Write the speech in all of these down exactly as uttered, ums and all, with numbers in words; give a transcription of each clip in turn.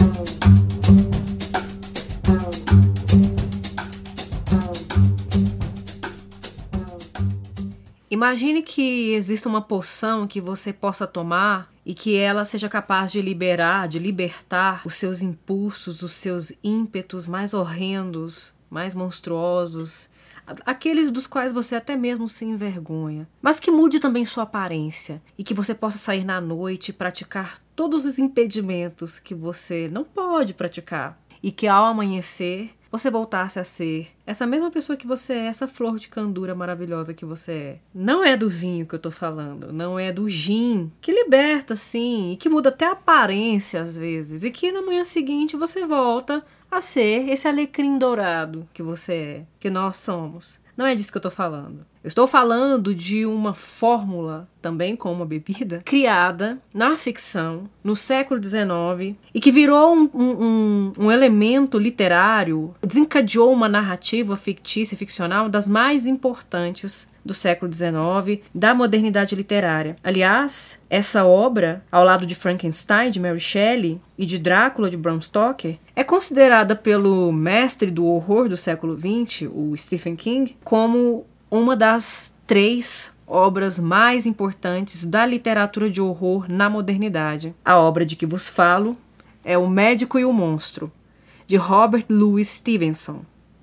Imagine que exista uma poção que você possa tomar e que ela seja capaz de liberar, de libertar os seus impulsos, os seus ímpetos mais horrendos, mais monstruosos, aqueles dos quais você até mesmo se envergonha, mas que mude também sua aparência e que você possa sair na noite e praticar todos os impedimentos que você não pode praticar e que ao amanhecer você voltasse a ser essa mesma pessoa que você é, essa flor de candura maravilhosa que você é. Não é do vinho que eu tô falando, não é do gin, que liberta sim, e que muda até a aparência às vezes, e que na manhã seguinte você volta a ser esse alecrim dourado que você é, que nós somos. Não é disso que eu tô falando. Eu estou falando de uma fórmula, também como uma bebida, criada na ficção, no século dezenove, e que virou um, um, um elemento literário, desencadeou uma narrativa fictícia e ficcional das mais importantes do século dezenove, da modernidade literária. Aliás, essa obra, ao lado de Frankenstein, de Mary Shelley, e de Drácula, de Bram Stoker, é considerada pelo mestre do horror do século vinte, o Stephen King, como uma das três obras mais importantes da literatura de horror na modernidade. A obra de que vos falo é O Médico e o Monstro, de Robert Louis Stevenson.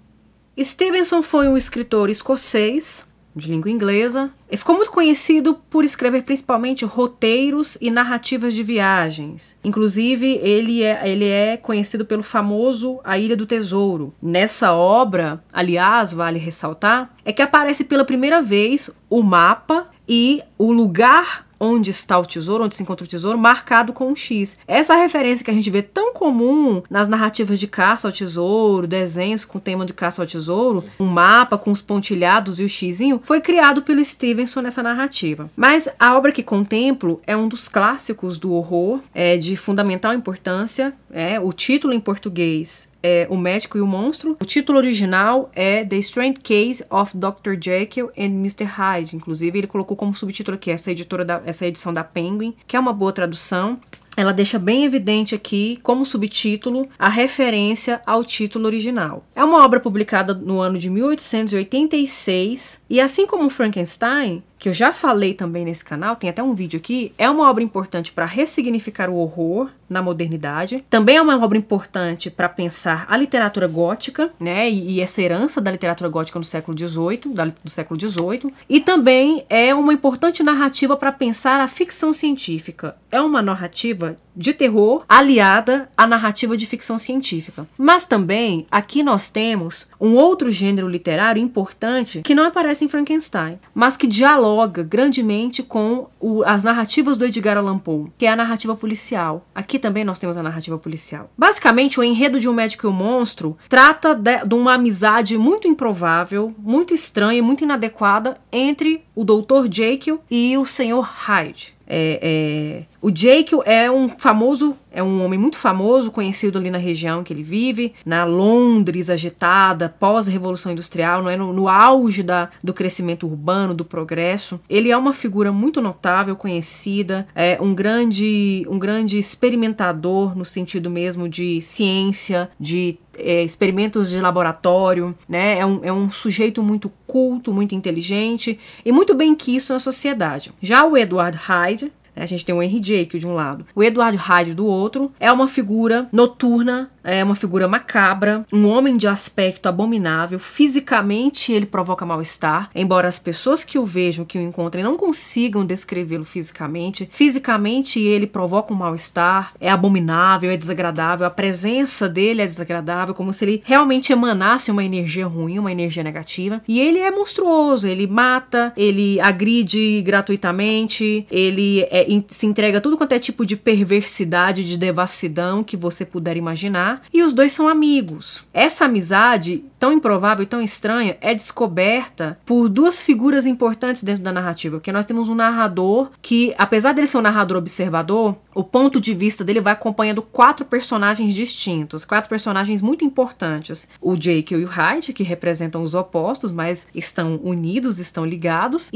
Stevenson foi um escritor escocês, de língua inglesa, e ficou muito conhecido por escrever principalmente roteiros e narrativas de viagens. Inclusive, ele é, ele é conhecido pelo famoso A Ilha do Tesouro. Nessa obra, aliás, vale ressaltar, é que aparece pela primeira vez o mapa e o lugar onde está o tesouro, onde se encontra o tesouro, marcado com um X. Essa referência que a gente vê tão comum nas narrativas de caça ao tesouro, desenhos com tema de caça ao tesouro, um mapa com os pontilhados e o xizinho, foi criado pelo Stevenson nessa narrativa. Mas a obra que contemplo é um dos clássicos do horror, é de fundamental importância, é, o título em português é O Médico e o Monstro. O título original é The Strange Case of doutor Jekyll and mister Hyde. Inclusive, ele colocou como subtítulo aqui essa, editora da, essa edição da Penguin, que é uma boa tradução. Ela deixa bem evidente aqui, como subtítulo, a referência ao título original. É uma obra publicada no ano de mil oitocentos e oitenta e seis, e assim como Frankenstein, que eu já falei também nesse canal, tem até um vídeo aqui, é uma obra importante para ressignificar o horror na modernidade. Também é uma obra importante para pensar a literatura gótica, né, e, e essa herança da literatura gótica no século dezoito, da, do século dezoito. E também é uma importante narrativa para pensar a ficção científica. É uma narrativa de terror aliada à narrativa de ficção científica. Mas também, aqui nós temos um outro gênero literário importante que não aparece em Frankenstein, mas que dialoga grandemente com o, as narrativas do Edgar Allan Poe, que é a narrativa policial. Aqui também nós temos a narrativa policial. Basicamente, o enredo de O Médico e o Monstro trata de, de uma amizade muito improvável, muito estranha e muito inadequada entre o doutor Jekyll e o senhor Hyde. É, é, o Jekyll é um famoso, é um homem muito famoso, conhecido ali na região que ele vive, na Londres agitada, pós-revolução industrial, não é? no, no auge da, do crescimento urbano, do progresso. Ele é uma figura muito notável, conhecida, é um grande, um grande experimentador no sentido mesmo de ciência, de É, experimentos de laboratório, né? É um, é um sujeito muito culto, muito inteligente e muito bem quisto na sociedade. Já o Edward Hyde, a gente tem o Henry Jekyll de um lado, o Edward Hyde do outro, é uma figura noturna, é uma figura macabra, um homem de aspecto abominável. Fisicamente ele provoca mal-estar, embora as pessoas que o vejam, que o encontrem, não consigam descrevê-lo fisicamente. Fisicamente ele provoca um mal-estar, é abominável, é desagradável, a presença dele é desagradável, como se ele realmente emanasse uma energia ruim, uma energia negativa. E ele é monstruoso, ele mata, ele agride gratuitamente, ele é, se entrega a tudo quanto é tipo de perversidade, de devassidão que você puder imaginar. E os dois são amigos. Essa amizade, tão improvável e tão estranha, é descoberta por duas figuras importantes dentro da narrativa. Porque nós temos um narrador que, apesar dele ser um narrador observador, o ponto de vista dele vai acompanhando quatro personagens distintos, quatro personagens muito importantes. O Jekyll e o Hyde, que representam os opostos, mas estão unidos, estão ligados. E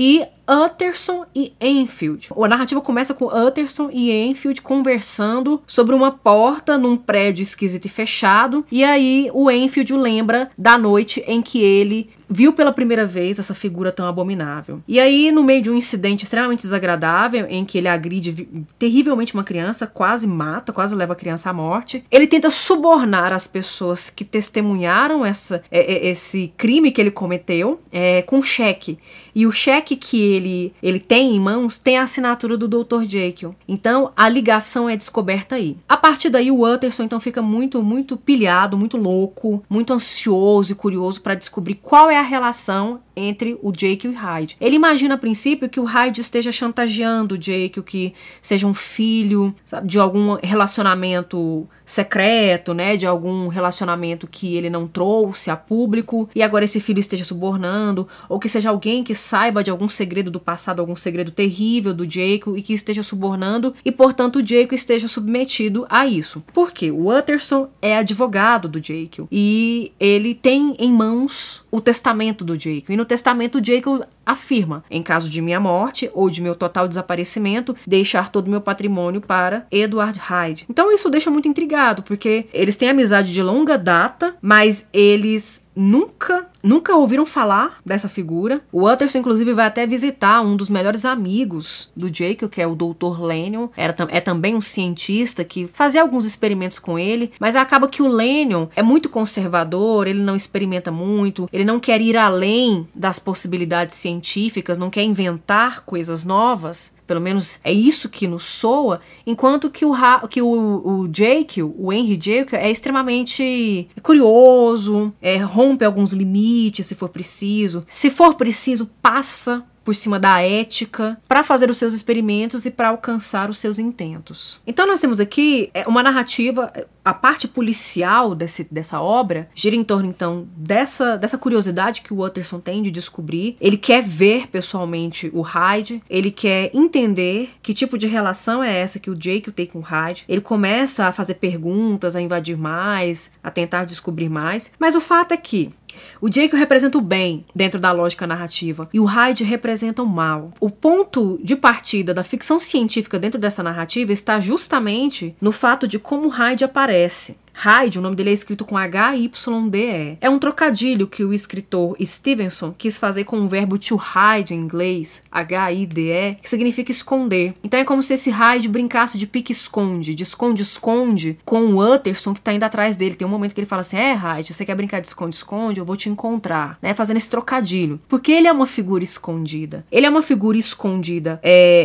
Utterson e Enfield. A narrativa começa com Utterson e Enfield conversando sobre uma porta num prédio esquisito e fechado, e aí o Enfield lembra da noite em que ele viu pela primeira vez essa figura tão abominável. E aí, no meio de um incidente extremamente desagradável, em que ele agride terrivelmente uma criança, quase mata, quase leva a criança à morte, ele tenta subornar as pessoas que testemunharam essa, é, é, esse crime que ele cometeu é, com cheque. E o cheque que ele, ele tem em mãos tem a assinatura do doutor Jekyll. Então, a ligação é descoberta aí. A partir daí, o Utterson então fica muito, muito pilhado, muito louco, muito ansioso e curioso para descobrir qual é a relação entre o Jekyll e Hyde. Ele imagina a princípio que o Hyde esteja chantageando o Jekyll, que seja um filho, sabe, de algum relacionamento secreto, né, de algum relacionamento que ele não trouxe a público e agora esse filho esteja subornando, ou que seja alguém que saiba de algum segredo do passado, algum segredo terrível do Jekyll e que esteja subornando e, portanto, o Jekyll esteja submetido a isso. Por quê? O Utterson é advogado do Jekyll e ele tem em mãos o testamento do Jekyll. E no testamento o Jekyll afirma, em caso de minha morte ou de meu total desaparecimento, deixar todo o meu patrimônio para Edward Hyde. Então isso deixa muito intrigado, porque eles têm amizade de longa data, mas eles nunca, nunca ouviram falar dessa figura. O Utterson, inclusive, vai até visitar um dos melhores amigos do Jekyll, que é o doutor Lanyon. Era, é também um cientista que fazia alguns experimentos com ele, mas acaba que o Lanyon é muito conservador, ele não experimenta muito, ele não quer ir além das possibilidades científicas, não quer inventar coisas novas. Pelo menos é isso que nos soa, enquanto que o, que o, o Jekyll, o Henry Jekyll, é extremamente curioso, é, rompe alguns limites se for preciso. Se for preciso, passa por cima da ética para fazer os seus experimentos e para alcançar os seus intentos. Então nós temos aqui uma narrativa, a parte policial desse, dessa obra gira em torno então dessa, dessa curiosidade que o Utterson tem de descobrir. Ele quer ver pessoalmente o Hyde, ele quer entender que tipo de relação é essa que o Jekyll tem com o Hyde. Ele começa a fazer perguntas, a invadir mais, a tentar descobrir mais, mas o fato é que o Jekyll representa o bem dentro da lógica narrativa e o Hyde representa o mal. O ponto de partida da ficção científica dentro dessa narrativa está justamente no fato de como o Hyde aparece. Hyde, o nome dele é escrito com H Y D E. É um trocadilho que o escritor Stevenson quis fazer com o verbo to hide em inglês, H I D E, que significa esconder. Então é como se esse Hyde brincasse de pique-esconde, de esconde-esconde com o Utterson que tá indo atrás dele. Tem um momento que ele fala assim, é Hyde, você quer brincar de esconde-esconde? Eu vou te encontrar, né? Fazendo esse trocadilho. Porque ele é uma figura escondida. Ele é uma figura escondida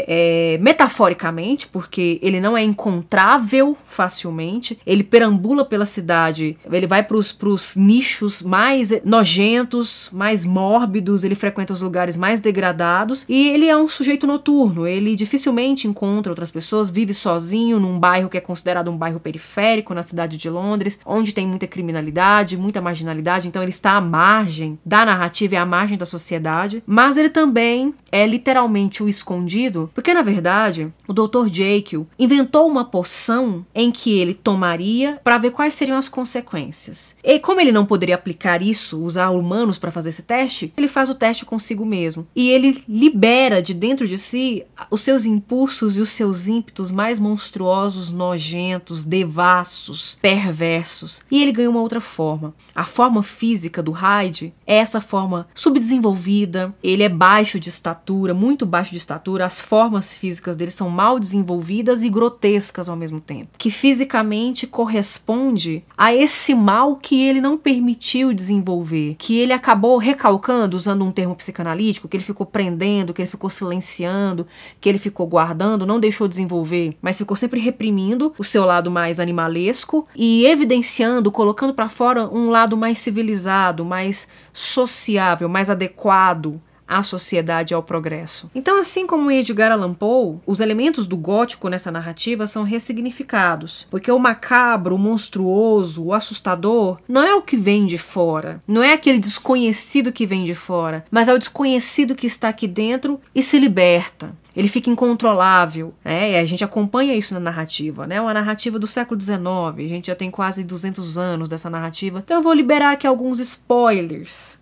é, é, metaforicamente, porque ele não é encontrável facilmente. Ele perambula pela cidade, ele vai pros, pros nichos mais nojentos, mais mórbidos, ele frequenta os lugares mais degradados e ele é um sujeito noturno, ele dificilmente encontra outras pessoas, vive sozinho num bairro que é considerado um bairro periférico na cidade de Londres, onde tem muita criminalidade, muita marginalidade, então ele está à margem da narrativa e à margem da sociedade, mas ele também é literalmente o escondido, porque na verdade o doutor Jekyll inventou uma poção em que ele tomaria para ver quais seriam as consequências. E como ele não poderia aplicar isso, usar humanos para fazer esse teste, ele faz o teste consigo mesmo. E ele libera de dentro de si os seus impulsos e os seus ímpetos mais monstruosos, nojentos, devassos, perversos. E ele ganha uma outra forma. A forma física do Hyde é essa forma subdesenvolvida, ele é baixo de estatura, muito baixo de estatura, as formas físicas dele são mal desenvolvidas e grotescas ao mesmo tempo, que fisicamente correspondem a esse mal que ele não permitiu desenvolver, que ele acabou recalcando, usando um termo psicanalítico, que ele ficou prendendo, que ele ficou silenciando, que ele ficou guardando, não deixou desenvolver, mas ficou sempre reprimindo o seu lado mais animalesco e evidenciando, colocando para fora um lado mais civilizado, mais sociável, mais adequado à sociedade e ao progresso. Então, assim como em Edgar Allan Poe, os elementos do gótico nessa narrativa são ressignificados, porque o macabro, o monstruoso, o assustador não é o que vem de fora, não é aquele desconhecido que vem de fora, mas é o desconhecido que está aqui dentro e se liberta. Ele fica incontrolável, né? E a gente acompanha isso na narrativa, né? Uma narrativa do século dezenove, a gente já tem quase duzentos anos dessa narrativa, então eu vou liberar aqui alguns spoilers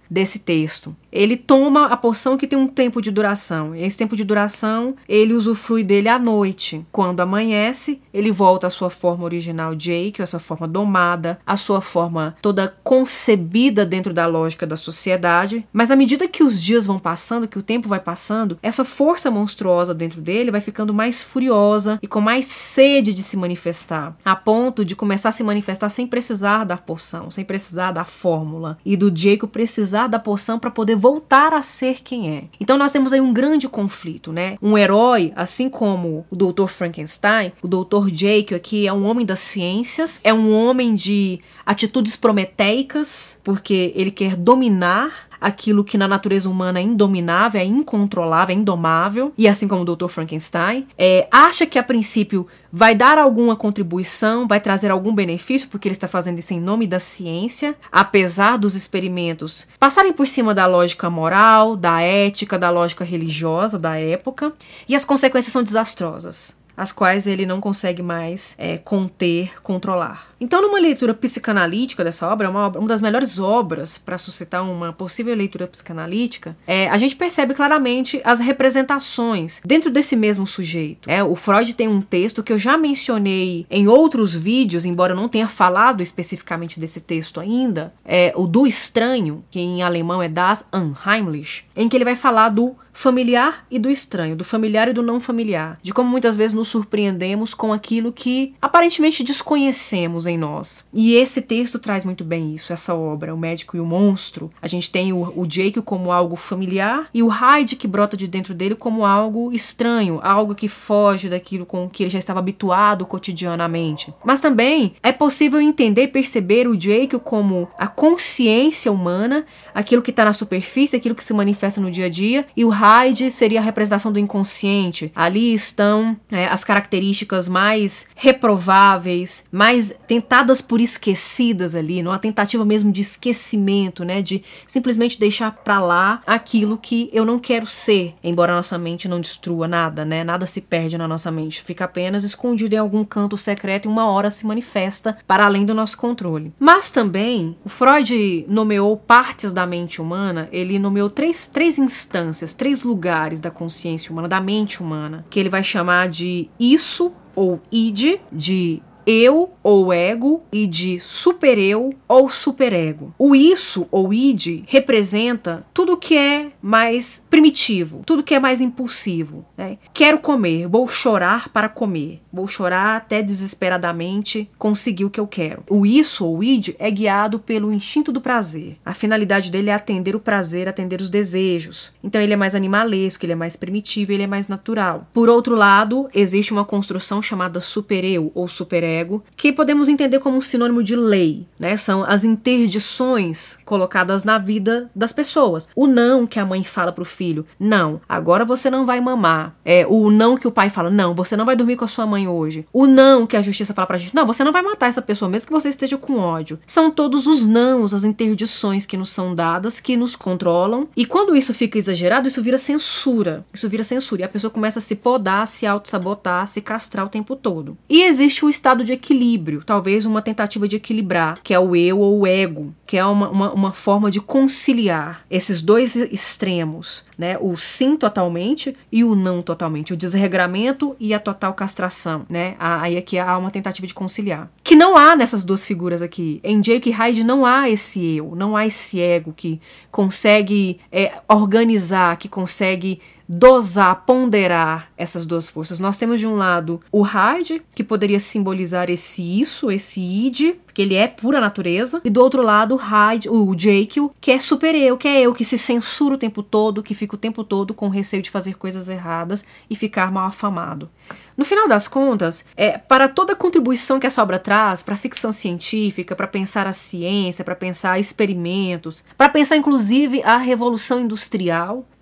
desse texto. Ele toma a poção que tem um tempo de duração. E esse tempo de duração, ele usufrui dele à noite. Quando amanhece, ele volta à sua forma original Jake, a sua forma domada, a sua forma toda concebida dentro da lógica da sociedade. Mas à medida que os dias vão passando, que o tempo vai passando, essa força monstruosa dentro dele vai ficando mais furiosa e com mais sede de se manifestar, a ponto de começar a se manifestar sem precisar da poção, sem precisar da fórmula, e do Jacob precisar da poção para poder voltar a ser quem é. Então nós temos aí um grande conflito, né? Um herói, assim como o doutor Frankenstein, o doutor Jacob aqui é um homem das ciências, é um homem de atitudes prometeicas, porque ele quer dominar aquilo que na natureza humana é indominável, é incontrolável, é indomável, e assim como o doutor Frankenstein, é, acha que a princípio vai dar alguma contribuição, vai trazer algum benefício, porque ele está fazendo isso em nome da ciência, apesar dos experimentos passarem por cima da lógica moral, da ética, da lógica religiosa da época, e as consequências são desastrosas, as quais ele não consegue mais é, conter, controlar. Então, numa leitura psicanalítica dessa obra, uma, obra, uma das melhores obras para suscitar uma possível leitura psicanalítica, é, a gente percebe claramente as representações dentro desse mesmo sujeito. É, o Freud tem um texto que eu já mencionei em outros vídeos, embora eu não tenha falado especificamente desse texto ainda, é o do estranho, que em alemão é das Unheimlich, em que ele vai falar do familiar e do estranho, do familiar e do não familiar, de como muitas vezes nos surpreendemos com aquilo que aparentemente desconhecemos em nós. E esse texto traz muito bem isso, essa obra, O Médico e o Monstro. A gente tem o, o Jake como algo familiar e o Hyde que brota de dentro dele como algo estranho, algo que foge daquilo com que ele já estava habituado cotidianamente. Mas também é possível entender e perceber o Jake como a consciência humana, aquilo que está na superfície, aquilo que se manifesta no dia a dia, e o Hyde seria a representação do inconsciente. Ali estão é, as características mais reprováveis, mais tentadas por esquecidas ali, numa tentativa mesmo de esquecimento, né, de simplesmente deixar pra lá aquilo que eu não quero ser, embora a nossa mente não destrua nada, né, nada se perde na nossa mente, fica apenas escondido em algum canto secreto e uma hora se manifesta para além do nosso controle. Mas também, o Freud nomeou partes da mente humana, ele nomeou três, três instâncias, três lugares da consciência humana, da mente humana, que ele vai chamar de isso ou id, de eu ou ego e de supereu ou superego. O isso ou id representa tudo que é mais primitivo, tudo que é mais impulsivo, né? Quero comer, vou chorar para comer, vou chorar até desesperadamente conseguir o que eu quero. O isso ou id é guiado pelo instinto do prazer. A finalidade dele é atender o prazer, atender os desejos. Então ele é mais animalesco, ele é mais primitivo, ele é mais natural. Por outro lado, existe uma construção chamada supereu ou superego, que podemos entender como um sinônimo de lei, né? São as interdições colocadas na vida das pessoas. O não que a mãe fala pro filho, não, agora você não vai mamar. É, o não que o pai fala, não, você não vai dormir com a sua mãe hoje. O não que a justiça fala pra gente, não, você não vai matar essa pessoa, mesmo que você esteja com ódio. São todos os nãos, as interdições que nos são dadas, que nos controlam. E quando isso fica exagerado, isso vira censura. Isso vira censura. E a pessoa começa a se podar, se auto-sabotar, se castrar o tempo todo. E existe o estado de equilíbrio, talvez uma tentativa de equilibrar, que é o eu ou o ego, que é uma, uma, uma forma de conciliar esses dois extremos, né? O sim totalmente e o não totalmente, o desregramento e a total castração, né? Aí aqui há uma tentativa de conciliar. Que não há nessas duas figuras aqui. Em Jake e Hyde não há esse eu, não há esse ego que consegue é, organizar, que consegue dosar, ponderar essas duas forças. Nós temos de um lado o Hyde, que poderia simbolizar esse isso, esse id, porque ele é pura natureza, e do outro lado o Hyde, o Jake, que é super eu, que é eu que se censura o tempo todo, que fica o tempo todo com receio de fazer coisas erradas e ficar mal afamado. No final das contas, é, para toda a contribuição que essa obra traz, para a ficção científica, para pensar a ciência, para pensar experimentos, para pensar inclusive a revolução industrial,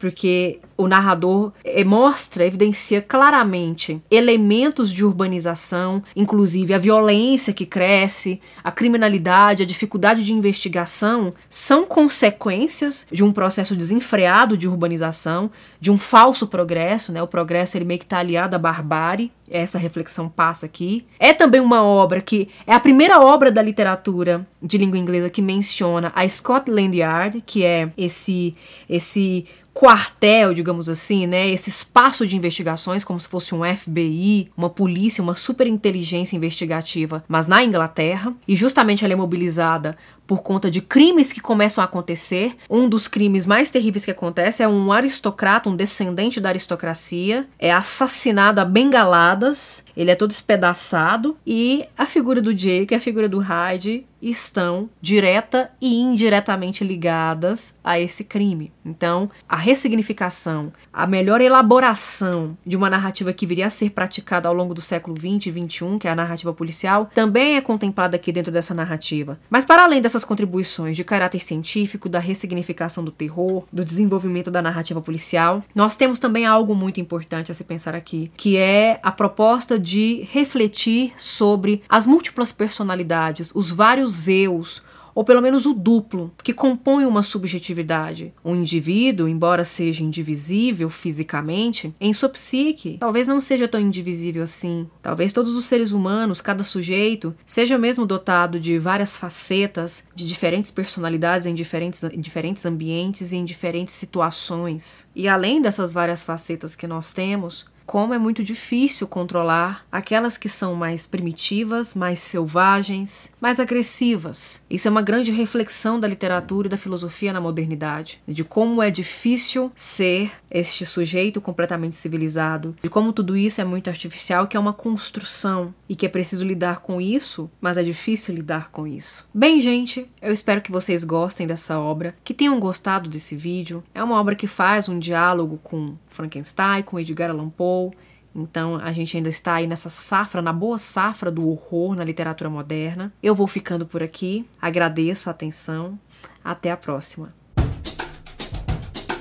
porque o narrador é, mostra, evidencia claramente elementos de urbanização, inclusive a violência que cresce, a criminalidade, a dificuldade de investigação, são consequências de um processo desenfreado de urbanização, de um falso progresso, né? O progresso ele meio que está aliado à barbárie, essa reflexão passa aqui. É também uma obra que é a primeira obra da literatura de língua inglesa que menciona a Scotland Yard, que é esse, esse quartel, digamos assim, né, esse espaço de investigações, como se fosse um F B I, uma polícia, uma superinteligência investigativa, mas na Inglaterra, e justamente ela é mobilizada por conta de crimes que começam a acontecer. Um dos crimes mais terríveis que acontece é um aristocrata, um descendente da aristocracia, é assassinado a bengaladas, ele é todo espedaçado, e a figura do Jake e a figura do Hyde estão direta e indiretamente ligadas a esse crime. Então, a ressignificação, a melhor elaboração de uma narrativa que viria a ser praticada ao longo do século vinte e vinte e um, que é a narrativa policial, também é contemplada aqui dentro dessa narrativa. Mas para além dessas contribuições de caráter científico, da ressignificação do terror, do desenvolvimento da narrativa policial, nós temos também algo muito importante a se pensar aqui, que é a proposta de refletir sobre as múltiplas personalidades, os vários eus, ou pelo menos o duplo, que compõe uma subjetividade. Um indivíduo, embora seja indivisível fisicamente, em sua psique, talvez não seja tão indivisível assim. Talvez todos os seres humanos, cada sujeito, seja mesmo dotado de várias facetas, de diferentes personalidades em diferentes, em diferentes ambientes e em diferentes situações. E além dessas várias facetas que nós temos, como é muito difícil controlar aquelas que são mais primitivas, mais selvagens, mais agressivas. Isso é uma grande reflexão da literatura e da filosofia na modernidade, de como é difícil ser este sujeito completamente civilizado, de como tudo isso é muito artificial, que é uma construção e que é preciso lidar com isso, mas é difícil lidar com isso. Bem, gente, eu espero que vocês gostem dessa obra, que tenham gostado desse vídeo. É uma obra que faz um diálogo com Frankenstein, com Edgar Allan Poe. Então a gente ainda está aí nessa safra, na boa safra do horror na literatura moderna. Eu vou ficando por aqui, agradeço a atenção, até a próxima.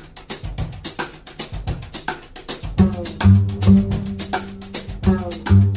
Thank you.